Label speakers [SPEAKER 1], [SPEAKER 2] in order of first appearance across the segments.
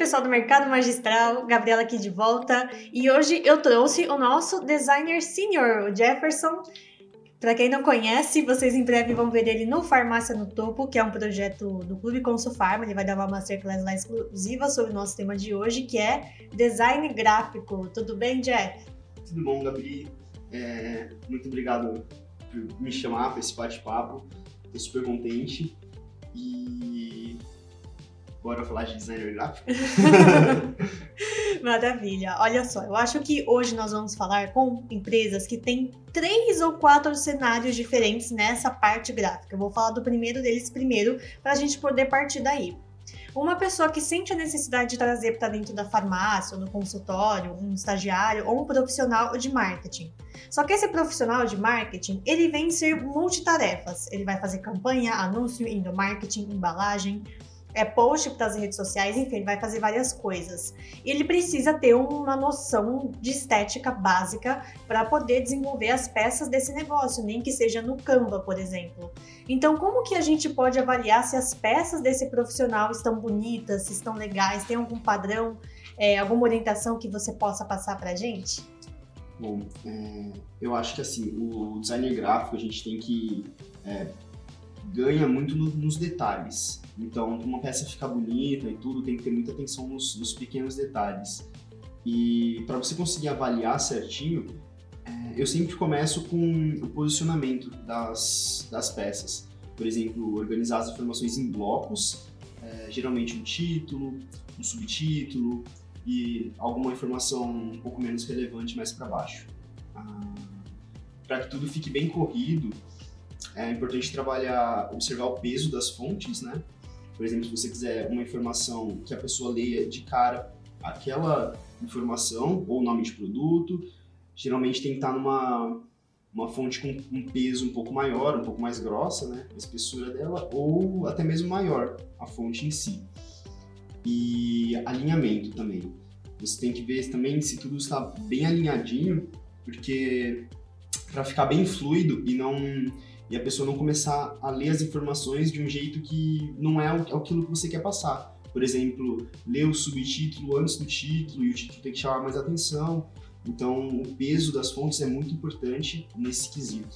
[SPEAKER 1] pessoal do Mercado Magistral, Gabriela aqui de volta. E hoje eu trouxe o nosso designer senior, o Jefferson. Para quem não conhece, vocês em breve vão ver ele no Farmácia no Topo, que é um projeto do Clube Consulfarma. Ele vai dar uma masterclass lá exclusiva sobre o nosso tema de hoje, que é design gráfico. Tudo bem, Jeff?
[SPEAKER 2] Tudo bom, Gabi? Muito obrigado por me chamar para esse bate-papo. Estou super contente. E bora falar de designer gráfico?
[SPEAKER 1] Maravilha. Olha só, eu acho que hoje nós vamos falar com empresas que têm 3 ou 4 cenários diferentes nessa parte gráfica. Eu vou falar do primeiro deles primeiro, para a gente poder partir daí. Uma pessoa que sente a necessidade de trazer para dentro da farmácia, ou no consultório, um estagiário ou um profissional de marketing. Só que esse profissional de marketing, ele vem ser multitarefas. Ele vai fazer campanha, anúncio, endomarketing, embalagem, post para as redes sociais, enfim, ele vai fazer várias coisas. E ele precisa ter uma noção de estética básica para poder desenvolver as peças desse negócio, nem que seja no Canva, por exemplo. Então, como que a gente pode avaliar se as peças desse profissional estão bonitas, se estão legais, tem algum padrão, alguma orientação que você possa passar para a gente?
[SPEAKER 2] Bom, eu acho que assim, o designer gráfico a gente tem que ganha muito nos detalhes. Então, para uma peça ficar bonita e tudo, tem que ter muita atenção nos pequenos detalhes. E para você conseguir avaliar certinho, eu sempre começo com o posicionamento das peças. Por exemplo, organizar as informações em blocos, geralmente um título, um subtítulo e alguma informação um pouco menos relevante mais para baixo. Para que tudo fique bem corrido, é importante observar o peso das fontes, né? Por exemplo, se você quiser uma informação que a pessoa leia de cara aquela informação ou nome de produto, geralmente tem que estar numa fonte com um peso um pouco maior, um pouco mais grossa, né? A espessura dela, ou até mesmo maior, a fonte em si. E alinhamento também. Você tem que ver também se tudo está bem alinhadinho, porque para ficar bem fluido e a pessoa não começar a ler as informações de um jeito que não é aquilo que você quer passar. Por exemplo, ler o subtítulo antes do título e o título tem que chamar mais atenção. Então, o peso das fontes é muito importante nesse quesito.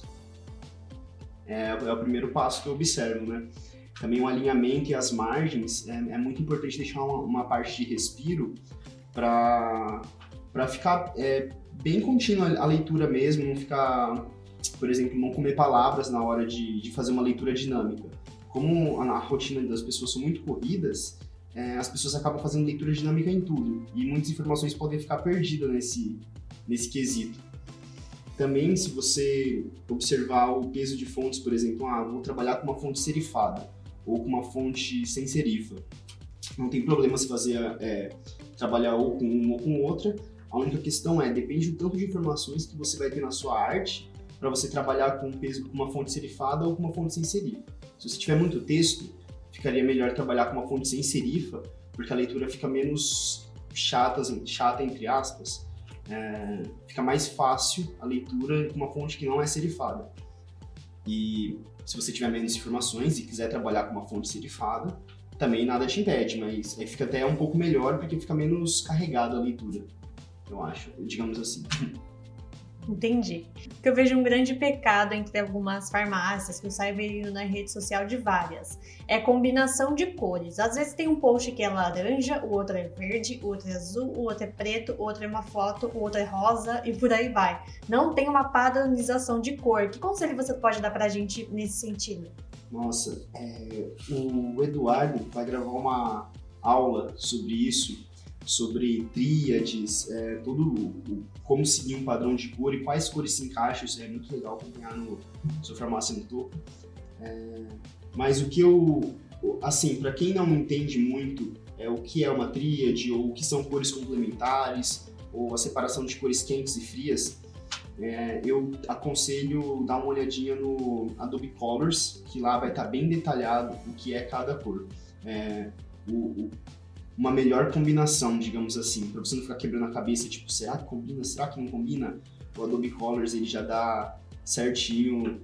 [SPEAKER 2] É o primeiro passo que eu observo, né? Também o alinhamento e as margens, é muito importante deixar uma parte de respiro para ficar bem contínua a leitura mesmo, não ficar... Por exemplo, não comer palavras na hora de fazer uma leitura dinâmica. Como a rotina das pessoas são muito corridas, as pessoas acabam fazendo leitura dinâmica em tudo. E muitas informações podem ficar perdidas nesse quesito. Também, se você observar o peso de fontes, por exemplo, vou trabalhar com uma fonte serifada ou com uma fonte sem serifa. Não tem problema se fazer trabalhar ou com uma ou com outra. A única questão depende do tanto de informações que você vai ter na sua arte para você trabalhar com peso com uma fonte serifada ou com uma fonte sem serifa. Se você tiver muito texto, ficaria melhor trabalhar com uma fonte sem serifa, porque a leitura fica menos chata entre aspas. Fica mais fácil a leitura com uma fonte que não é serifada. E se você tiver menos informações e quiser trabalhar com uma fonte serifada, também nada te impede, mas fica até um pouco melhor porque fica menos carregada a leitura, eu acho, digamos assim.
[SPEAKER 1] Entendi. Porque eu vejo um grande pecado entre algumas farmácias, que eu saio vendo na rede social de várias. É combinação de cores. Às vezes tem um post que é laranja, o outro é verde, o outro é azul, o outro é preto, o outro é uma foto, o outro é rosa e por aí vai. Não tem uma padronização de cor. Que conselho você pode dar pra gente nesse sentido?
[SPEAKER 2] Nossa, o Eduardo vai gravar uma aula sobre isso, sobre tríades, como seguir um padrão de cor e quais cores se encaixam. Isso é muito legal acompanhar no seu Farmácia no Topo. Mas o que assim, para quem não entende muito o que é uma tríade ou o que são cores complementares ou a separação de cores quentes e frias, eu aconselho dar uma olhadinha no Adobe Colors, que lá vai estar bem detalhado o que é cada cor. Uma melhor combinação, digamos assim, para você não ficar quebrando a cabeça, tipo, será que combina, será que não combina? O Adobe Colors, ele já dá certinho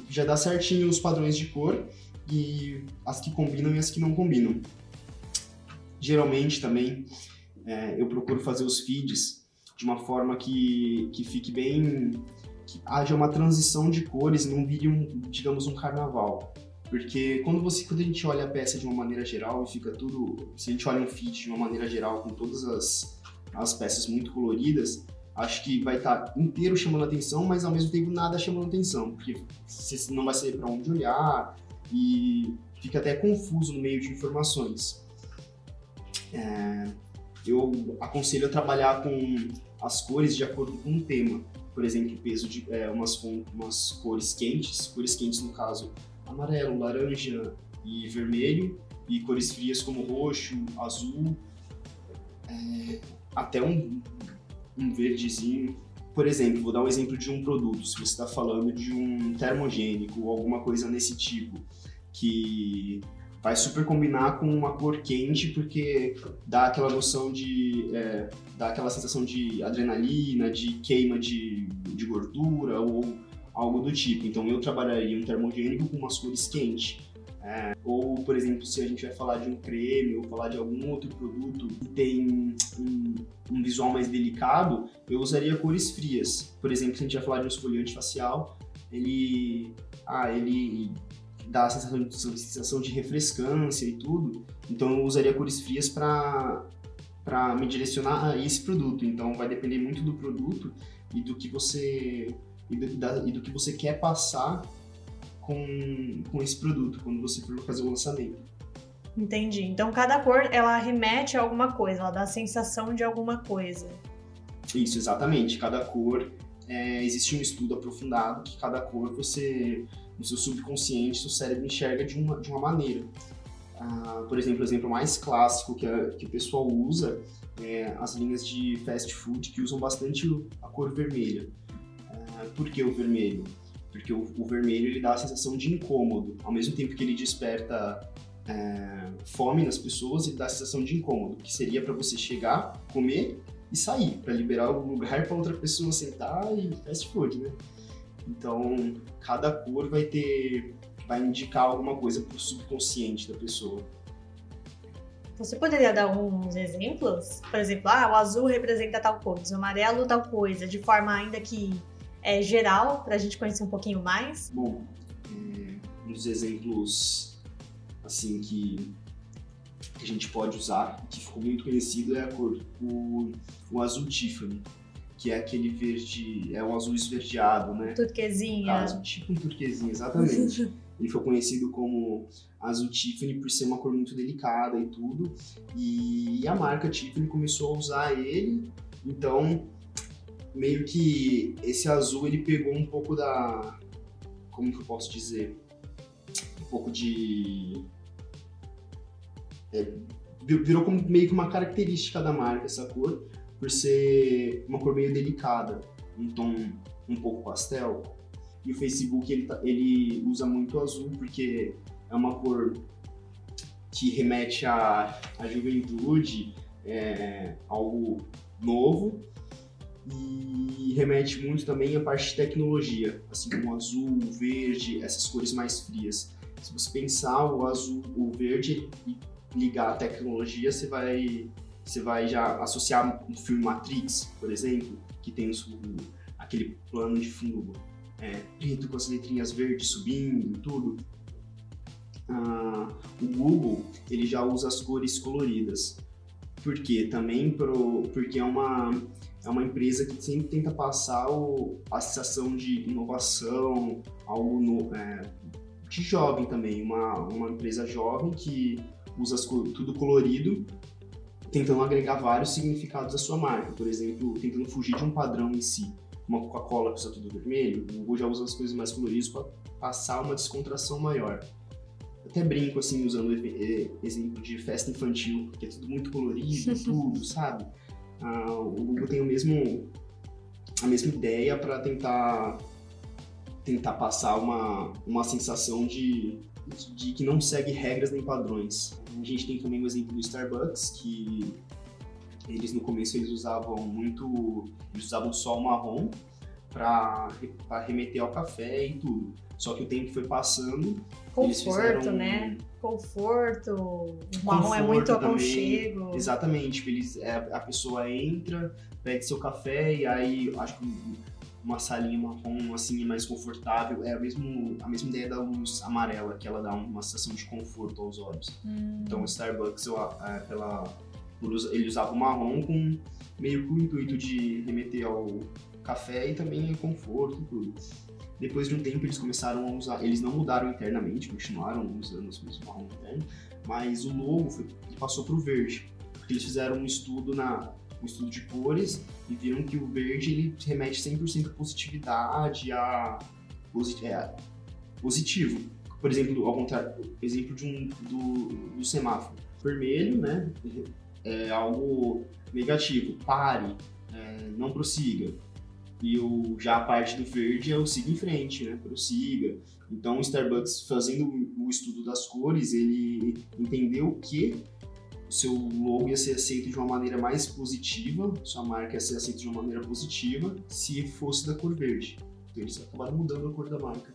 [SPEAKER 2] os padrões de cor e as que combinam e as que não combinam. Geralmente também eu procuro fazer os feeds de uma forma que fique bem, que haja uma transição de cores e não vire digamos, um carnaval. Porque quando a gente olha a peça de uma maneira geral e fica tudo... Se a gente olha um feed de uma maneira geral com todas as peças muito coloridas, acho que vai estar inteiro chamando atenção, mas ao mesmo tempo nada chamando atenção, porque você não vai saber para onde olhar e fica até confuso no meio de informações. Eu aconselho a trabalhar com as cores de acordo com o tema. Por exemplo, o peso de umas cores quentes no caso amarelo, laranja e vermelho, e cores frias como roxo, azul, até um verdezinho. Por exemplo, vou dar um exemplo de um produto, se você está falando de um termogênico ou alguma coisa nesse tipo, que vai super combinar com uma cor quente, porque dá aquela noção dá aquela sensação de adrenalina, de queima de gordura ou algo do tipo. Então eu trabalharia um termogênico com umas cores quentes. Ou, por exemplo, se a gente vai falar de um creme ou falar de algum outro produto que tem um visual mais delicado, eu usaria cores frias. Por exemplo, se a gente vai falar de um esfoliante facial, ele dá a sensação de refrescância e tudo, então eu usaria cores frias para me direcionar a esse produto. Então vai depender muito do produto e do que você quer passar com esse produto quando você for fazer o lançamento.
[SPEAKER 1] Entendi. Então cada cor ela remete a alguma coisa, ela dá a sensação de alguma coisa.
[SPEAKER 2] Isso, exatamente. Cada cor, existe um estudo aprofundado que cada cor no seu subconsciente, seu cérebro enxerga de uma maneira. Por exemplo, o exemplo mais clássico que o pessoal usa é as linhas de fast food que usam bastante a cor vermelha. Por que o vermelho? Porque o vermelho ele dá a sensação de incômodo. Ao mesmo tempo que ele desperta fome nas pessoas, ele dá a sensação de incômodo, que seria para você chegar, comer e sair, para liberar o lugar para outra pessoa sentar e fast food, né? Então, cada cor vai indicar alguma coisa para o subconsciente da pessoa.
[SPEAKER 1] Você poderia dar alguns exemplos? Por exemplo, o azul representa tal coisa, o amarelo tal coisa, de forma ainda que geral, para a gente conhecer um pouquinho mais?
[SPEAKER 2] Bom, um dos exemplos assim, que a gente pode usar, que ficou muito conhecido, é a cor, o azul Tiffany, que é aquele verde, um azul esverdeado, né?
[SPEAKER 1] Turquesinha.
[SPEAKER 2] Tipo um turquesinha, exatamente. Ele foi conhecido como azul Tiffany por ser uma cor muito delicada e tudo, e a marca Tiffany começou a usar ele, então meio que esse azul ele pegou um pouco como que eu posso dizer? Um pouco de... virou como meio que uma característica da marca essa cor, por ser uma cor meio delicada, um tom um pouco pastel. E o Facebook ele usa muito azul porque é uma cor que remete à juventude, algo novo, e remete muito também à parte de tecnologia, assim como o azul, o verde, essas cores mais frias. Se você pensar o azul, o verde e ligar a tecnologia, você vai já associar um filme Matrix, por exemplo, que tem aquele plano de fundo preto com as letrinhas verdes subindo e tudo. O Google ele já usa as cores coloridas. Por quê? Também porque é uma empresa que sempre tenta passar a sensação de inovação, algo de jovem também, uma empresa jovem que usa tudo colorido, tentando agregar vários significados à sua marca. Por exemplo, tentando fugir de um padrão em si. Uma Coca-Cola que usa tudo vermelho, o Google já usa as coisas mais coloridas para passar uma descontração maior. Até brinco, assim, usando exemplo de festa infantil, porque é tudo muito colorido, tudo, sabe? O Google tem a mesma ideia para tentar passar uma sensação de que não segue regras nem padrões. A gente tem também o exemplo do Starbucks, que eles no começo eles usavam só o marrom, para remeter ao café e tudo. Só que o tempo foi passando.
[SPEAKER 1] Conforto, né? Conforto. O marrom é muito aconchego.
[SPEAKER 2] Exatamente. A pessoa entra, pede seu café e aí acho que uma salinha marrom assim é mais confortável. É a mesma ideia da luz amarela, que ela dá uma sensação de conforto aos olhos. Então o Starbucks, ele usava o marrom com meio que o intuito de remeter ao café e também conforto e tudo. Depois de um tempo eles começaram a usar, eles não mudaram internamente, continuaram usando os mesmos marrom interno, mas o logo passou para o verde, porque eles fizeram um estudo de cores e viram que o verde ele remete 100% a positividade, positivo. Por exemplo, ao contrário, exemplo do semáforo. Vermelho, né, é algo negativo, pare, não prossiga. E já a parte do verde é o siga em frente, né? Prossiga. Então o Starbucks, fazendo o estudo das cores, ele entendeu que o seu logo ia ser aceito de uma maneira mais positiva, sua marca ia ser aceita de uma maneira positiva, se fosse da cor verde. Então eles acabaram mudando a cor da marca.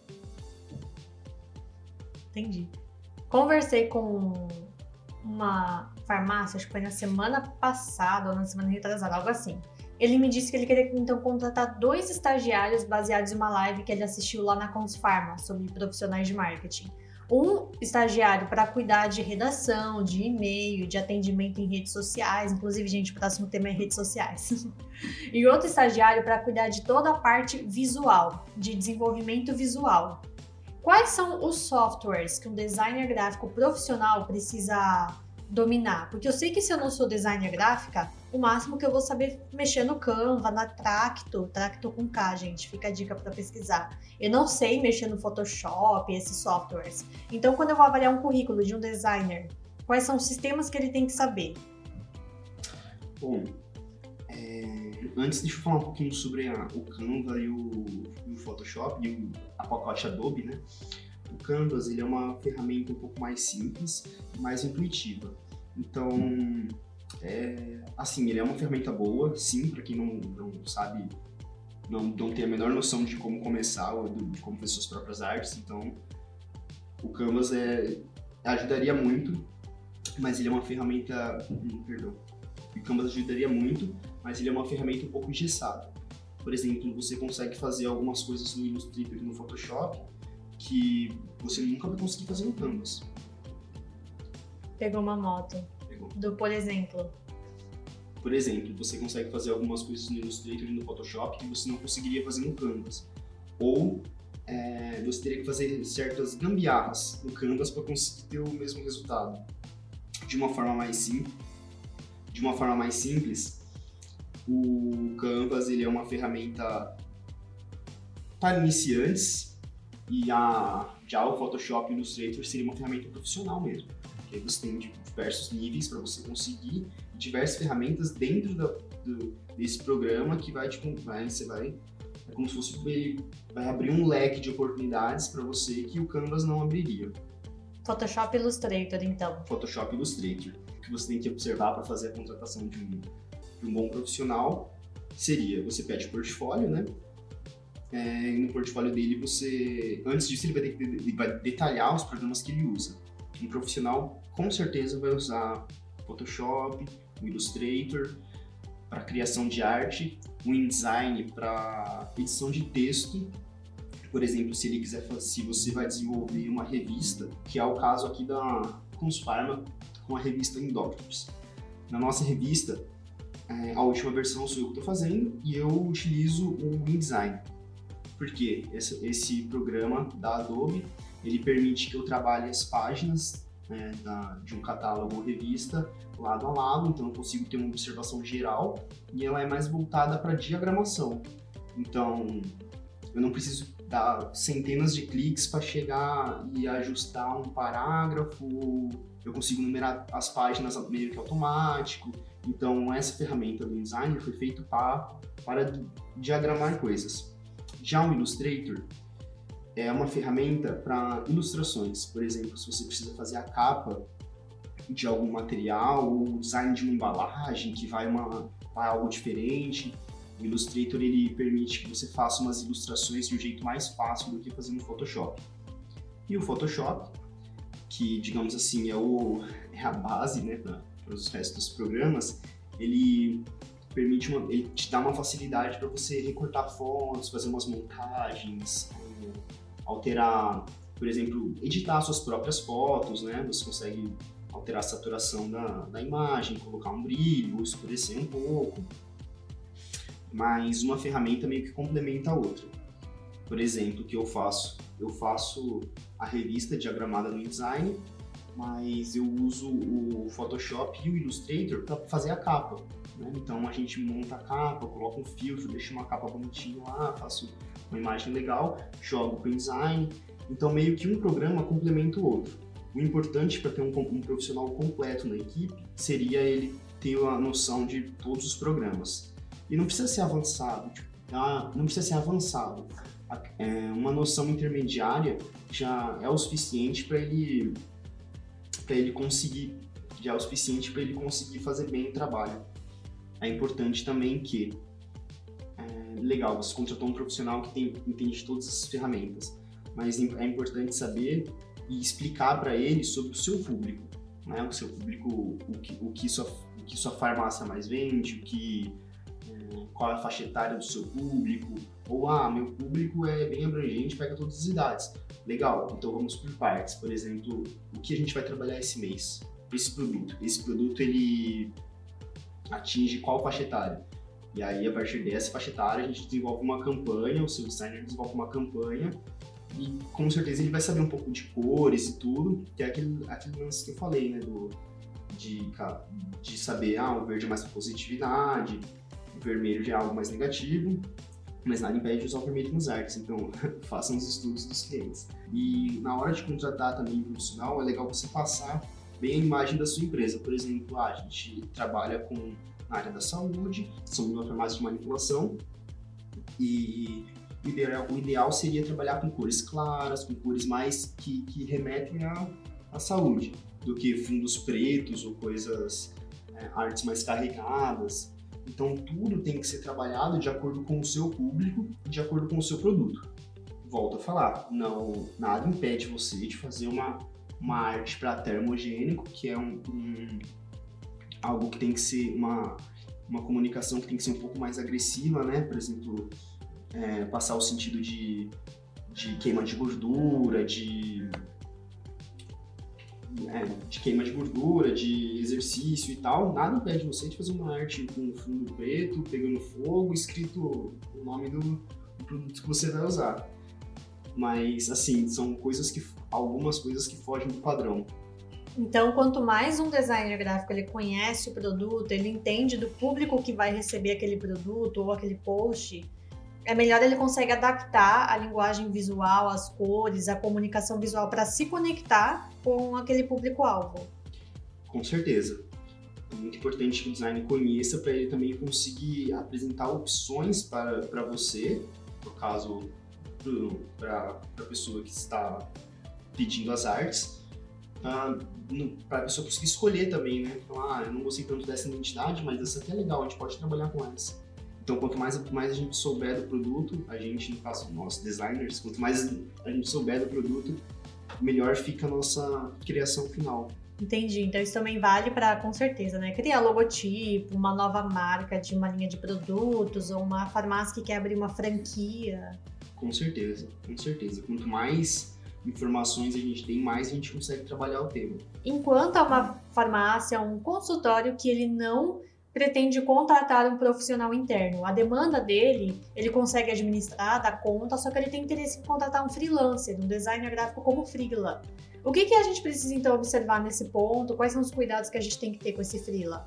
[SPEAKER 1] Entendi. Conversei com uma farmácia, acho que foi na semana passada ou na semana retrasada, algo assim. Ele me disse que ele queria, então, contratar 2 estagiários baseados em uma live que ele assistiu lá na Conspharma, sobre profissionais de marketing. Um estagiário para cuidar de redação, de e-mail, de atendimento em redes sociais. Inclusive, gente, o próximo tema é redes sociais. E outro estagiário para cuidar de toda a parte visual, de desenvolvimento visual. Quais são os softwares que um designer gráfico profissional precisa dominar? Porque eu sei que se eu não sou designer gráfica, o máximo que eu vou saber mexer no Canva, na Tracto com K, gente, fica a dica para pesquisar. Eu não sei mexer no Photoshop, esses softwares. Então, quando eu vou avaliar um currículo de um designer, quais são os sistemas que ele tem que saber?
[SPEAKER 2] Bom, antes deixa eu falar um pouquinho sobre o Canva e o Photoshop e a pacote Adobe, né? O Canvas, ele é uma ferramenta um pouco mais simples e mais intuitiva. Então, ele é uma ferramenta boa, sim, para quem não sabe, não tem a menor noção de como começar ou de como fazer suas próprias artes. Então, o Canvas ajudaria muito, mas ele é uma ferramenta... O Canvas ajudaria muito, mas ele é uma ferramenta um pouco engessada. Por exemplo, você consegue fazer algumas coisas no Illustrator e no Photoshop que você nunca vai conseguir fazer no Canvas.
[SPEAKER 1] Pegou uma moto. Por exemplo?
[SPEAKER 2] Por exemplo, você consegue fazer algumas coisas no Illustrator e no Photoshop que você não conseguiria fazer no Canvas. Ou você teria que fazer certas gambiarras no Canvas para conseguir ter o mesmo resultado. De uma forma mais simples, o Canvas ele é uma ferramenta para iniciantes e já o Photoshop e o Illustrator seria uma ferramenta profissional mesmo. Que aí você tem diversos níveis para você conseguir, diversas ferramentas dentro desse programa que é como se fosse, vai abrir um leque de oportunidades para você que o Canvas não abriria.
[SPEAKER 1] Photoshop e Illustrator, então.
[SPEAKER 2] Photoshop e Illustrator. O que você tem que observar para fazer a contratação de um bom profissional seria, você pede portfólio, né? No portfólio dele, antes disso, ele vai detalhar os programas que ele usa. Um profissional, com certeza, vai usar Photoshop, o Illustrator para criação de arte, o InDesign para edição de texto. Por exemplo, se você vai desenvolver uma revista, que é o caso aqui da Conspharma com a revista Indoctors. Na nossa revista, a última versão sou eu que estou fazendo e eu utilizo o InDesign. Porque esse programa da Adobe, ele permite que eu trabalhe as páginas de um catálogo ou revista lado a lado, então eu consigo ter uma observação geral e ela é mais voltada para diagramação. Então, eu não preciso dar centenas de cliques para chegar e ajustar um parágrafo, eu consigo numerar as páginas meio que automático. Então, essa ferramenta do InDesign foi feita para diagramar coisas. Já o Illustrator é uma ferramenta para ilustrações. Por exemplo, se você precisa fazer a capa de algum material ou o design de uma embalagem que vai algo diferente, O Illustrator ele permite que você faça umas ilustrações de um jeito mais fácil do que fazer no Photoshop. E o Photoshop, que digamos assim é a base, né, para os restos dos programas, ele ele te dá uma facilidade para você recortar fotos, fazer umas montagens, alterar, por exemplo, editar suas próprias fotos, né? Você consegue alterar a saturação da imagem, colocar um brilho, escurecer um pouco. Mas uma ferramenta meio que complementa a outra. Por exemplo, o que eu faço? Eu faço a revista diagramada no InDesign, mas eu uso o Photoshop e o Illustrator para fazer a capa, né? Então a gente monta a capa, coloca um filtro, deixa uma capa bonitinha lá, faço uma imagem legal, jogo para o InDesign. Então meio que um programa complementa o outro. O importante para ter um profissional completo na equipe seria ele ter a noção de todos os programas. E não precisa ser avançado, não precisa ser avançado. Uma noção intermediária já é o suficiente para ele conseguir, fazer bem o trabalho. É importante também que legal, você contratou um profissional que entende todas as ferramentas, mas é importante saber e explicar para ele sobre o seu público, né? O seu público, o que sua farmácia mais vende, qual é a faixa etária do seu público, ou meu público é bem abrangente, pega todas as idades. Legal, então vamos por partes. Por exemplo, o que a gente vai trabalhar esse mês? Esse produto ele atinge qual faixa etária? E aí, a partir dessa faixa etária, a gente desenvolve uma campanha, o seu designer desenvolve uma campanha e com certeza ele vai saber um pouco de cores e tudo, que é aquele lance que eu falei, né, de saber, o verde é mais para positividade, o vermelho já é algo mais negativo, mas nada impede de usar o vermelho nos artes, então façam os estudos dos clientes. E na hora de contratar também um profissional, é legal você passar bem a imagem da sua empresa. Por exemplo, a gente trabalha na área da saúde, somos uma farmácia de manipulação e o ideal seria trabalhar com cores claras, com cores mais que remetem à saúde, do que fundos pretos ou coisas, artes mais carregadas. Então tudo tem que ser trabalhado de acordo com o seu público e de acordo com o seu produto. Volto a falar, nada impede você de fazer uma arte para termogênico, que é algo que tem que ser uma comunicação que tem que ser um pouco mais agressiva, né? Por exemplo, passar o sentido de queima de gordura, de queima de gordura, de exercício e tal. Nada impede você de fazer uma arte com fundo preto, pegando fogo, escrito o nome do produto que você vai usar. Mas, assim, são algumas coisas que fogem do padrão.
[SPEAKER 1] Então, quanto mais um designer gráfico ele conhece o produto, ele entende do público que vai receber aquele produto ou aquele post, é melhor ele consegue adaptar a linguagem visual, as cores, a comunicação visual para se conectar com aquele público-alvo.
[SPEAKER 2] Com certeza. É muito importante que o designer conheça para ele também conseguir apresentar opções para você, no caso, para a pessoa que está pedindo as artes, para a pessoa conseguir escolher também, né? Então, eu não gostei tanto dessa identidade, mas essa aqui é legal, a gente pode trabalhar com essa. Então, quanto mais a gente souber do produto, no caso, nós designers, quanto mais a gente souber do produto, melhor fica a nossa criação final.
[SPEAKER 1] Entendi. Então, isso também vale para, com certeza, né? Criar logotipo, uma nova marca de uma linha de produtos, ou uma farmácia que quer abrir uma franquia.
[SPEAKER 2] Com certeza, com certeza. Quanto mais informações a gente tem, mais a gente consegue trabalhar o tema.
[SPEAKER 1] Enquanto é uma farmácia, um consultório que ele não pretende contratar um profissional interno. A demanda dele, ele consegue administrar, dar conta, só que ele tem interesse em contratar um freelancer, um designer gráfico como freela. O que a gente precisa, então, observar nesse ponto? Quais são os cuidados que a gente tem que ter com esse freela?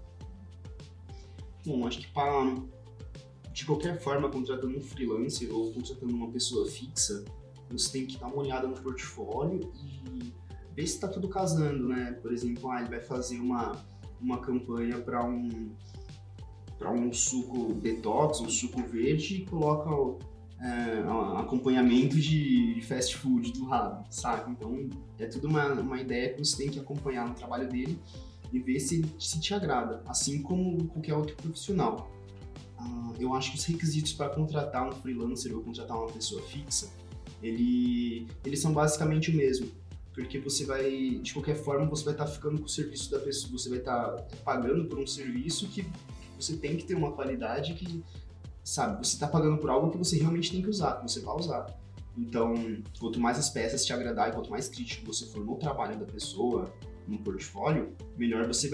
[SPEAKER 2] Bom, acho que de qualquer forma, contratando um freelancer ou contratando uma pessoa fixa, você tem que dar uma olhada no portfólio e ver se está tudo casando, né? Por exemplo, ele vai fazer uma campanha para um suco detox, um suco verde, e coloca acompanhamento de fast food do lado, sabe? Então, é tudo uma ideia que você tem que acompanhar no trabalho dele e ver se te agrada, assim como qualquer outro profissional. eu acho que os requisitos para contratar um freelancer ou contratar uma pessoa fixa, eles são basicamente o mesmo. Porque você vai, de qualquer forma, você vai estar ficando com o serviço da pessoa, você vai estar pagando por um serviço que você tem que ter uma qualidade que, sabe, você está pagando por algo que você realmente tem que usar, que você vai usar. Então, quanto mais as peças te agradar e quanto mais crítico você for no trabalho da pessoa, no portfólio, melhor você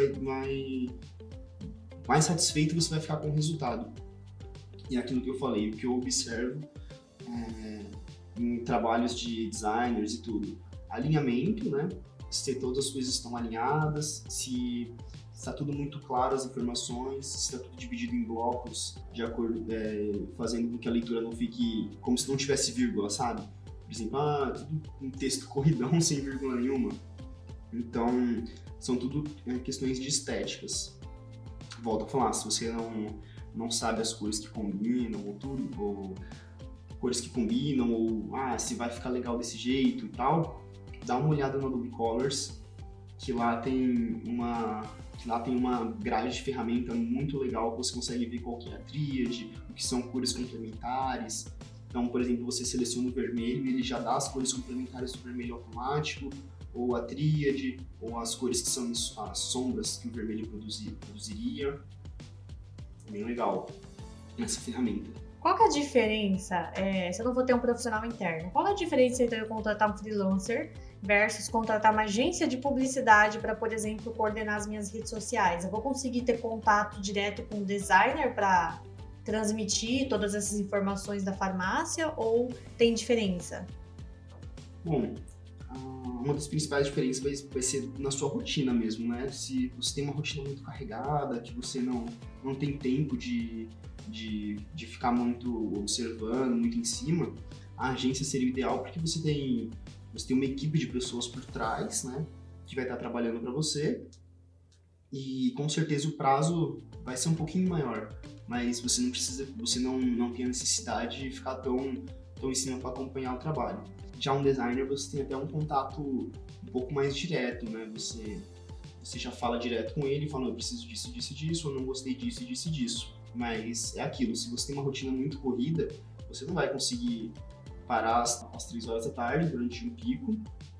[SPEAKER 2] mais satisfeito você vai ficar com o resultado. E aquilo que eu falei, o que eu observo em trabalhos de designers e tudo, alinhamento, né? Se todas as coisas estão alinhadas, se está tudo muito claro as informações, se está tudo dividido em blocos, de acordo, fazendo com que a leitura não fique como se não tivesse vírgula, sabe? Por exemplo, tudo um texto corridão sem vírgula nenhuma. Então, são tudo questões de estéticas. Volto a falar, se você não sabe as cores que combinam, ou cores que combinam, ou se vai ficar legal desse jeito e tal, dá uma olhada no Adobe Colors, que lá tem uma grade de ferramenta muito legal, que você consegue ver qual que é a tríade, o que são cores complementares. Então, por exemplo, você seleciona o vermelho e ele já dá as cores complementares do vermelho automático, ou a tríade, ou as cores que são as sombras que o vermelho produziria. É bem legal essa ferramenta.
[SPEAKER 1] Qual que é a diferença, se eu não vou ter um profissional interno, qual é a diferença entre eu contratar um freelancer versus contratar uma agência de publicidade para, por exemplo, coordenar as minhas redes sociais? Eu vou conseguir ter contato direto com o designer para transmitir todas essas informações da farmácia ou tem diferença?
[SPEAKER 2] Bom, uma das principais diferenças vai ser na sua rotina mesmo, né? Se você tem uma rotina muito carregada, que você não tem tempo de ficar muito observando, muito em cima, a agência seria o ideal porque você tem uma equipe de pessoas por trás, né? Que vai estar trabalhando para você e com certeza o prazo vai ser um pouquinho maior, mas você não tem a necessidade de ficar tão em cima para acompanhar o trabalho. Já um designer, você tem até um contato um pouco mais direto, né? Você já fala direto com ele, fala, eu preciso disso, disso, disso, eu não gostei disso, disso, disso. Mas é aquilo, se você tem uma rotina muito corrida, você não vai conseguir parar às 3 horas da tarde, durante um pico,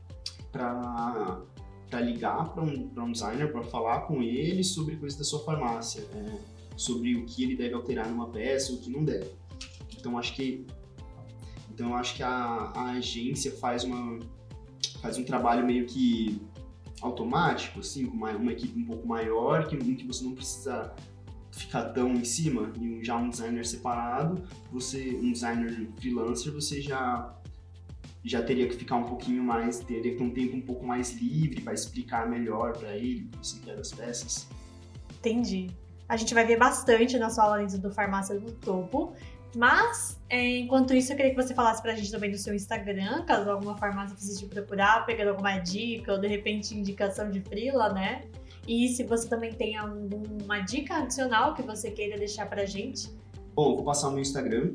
[SPEAKER 2] para ligar para um designer, para falar com ele sobre coisas da sua farmácia, sobre o que ele deve alterar numa peça, o que não deve. Então, eu acho que a agência faz um trabalho meio que automático, assim, com uma equipe um pouco maior, que você não precisa ficar tão em cima, e já um designer separado, um designer freelancer, você já teria que ficar um pouquinho mais, teria que ter um tempo um pouco mais livre para explicar melhor para ele o que você quer das peças.
[SPEAKER 1] Entendi. A gente vai ver bastante na sua aula do Farmácia do Topo, mas enquanto isso eu queria que você falasse pra gente também do seu Instagram, caso alguma farmácia precise te procurar, pegando alguma dica ou de repente indicação de freela, né? E se você também tem alguma dica adicional que você queira deixar pra gente?
[SPEAKER 2] Bom, eu vou passar o meu Instagram.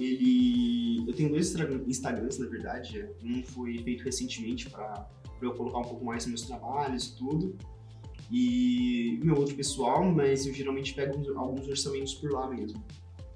[SPEAKER 2] Eu tenho 2 Instagrams, na verdade. Um foi feito recentemente para eu colocar um pouco mais nos meus trabalhos e tudo. E meu outro pessoal, mas eu geralmente pego alguns orçamentos por lá mesmo.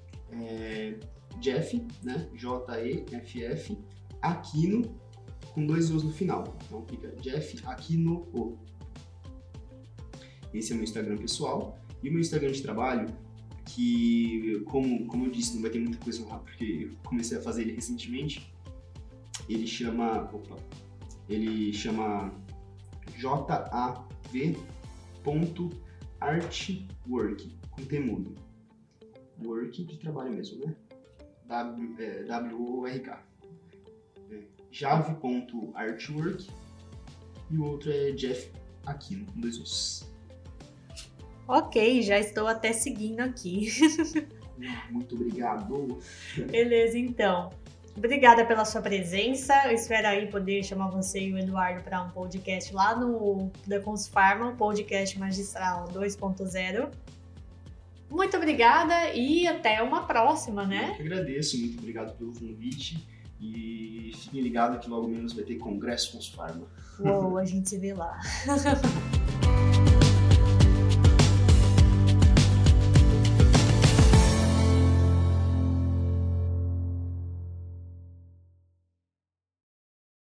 [SPEAKER 2] Jeff, né? Jeff, Aquino, com 2 O's no final. Então fica Jeff Aquino O. Esse é o meu Instagram pessoal. E o meu Instagram de trabalho, que, como eu disse, não vai ter muita coisa lá, porque eu comecei a fazer ele recentemente. Ele chama jav.artwork, com temudo. Work de trabalho mesmo, né? W-O-R-K. Jav.artwork. E o outro é Jeff Aquino, com 2 O's.
[SPEAKER 1] Ok, já estou até seguindo aqui.
[SPEAKER 2] Muito obrigado.
[SPEAKER 1] Beleza, então. Obrigada pela sua presença. Eu espero aí poder chamar você e o Eduardo para um podcast lá no da Consfarma, o podcast magistral 2.0. Muito obrigada e até uma próxima, né?
[SPEAKER 2] Eu que agradeço, muito obrigado pelo convite. E fiquem ligados que logo menos vai ter Congresso Consfarma.
[SPEAKER 1] Uou, a gente se vê lá.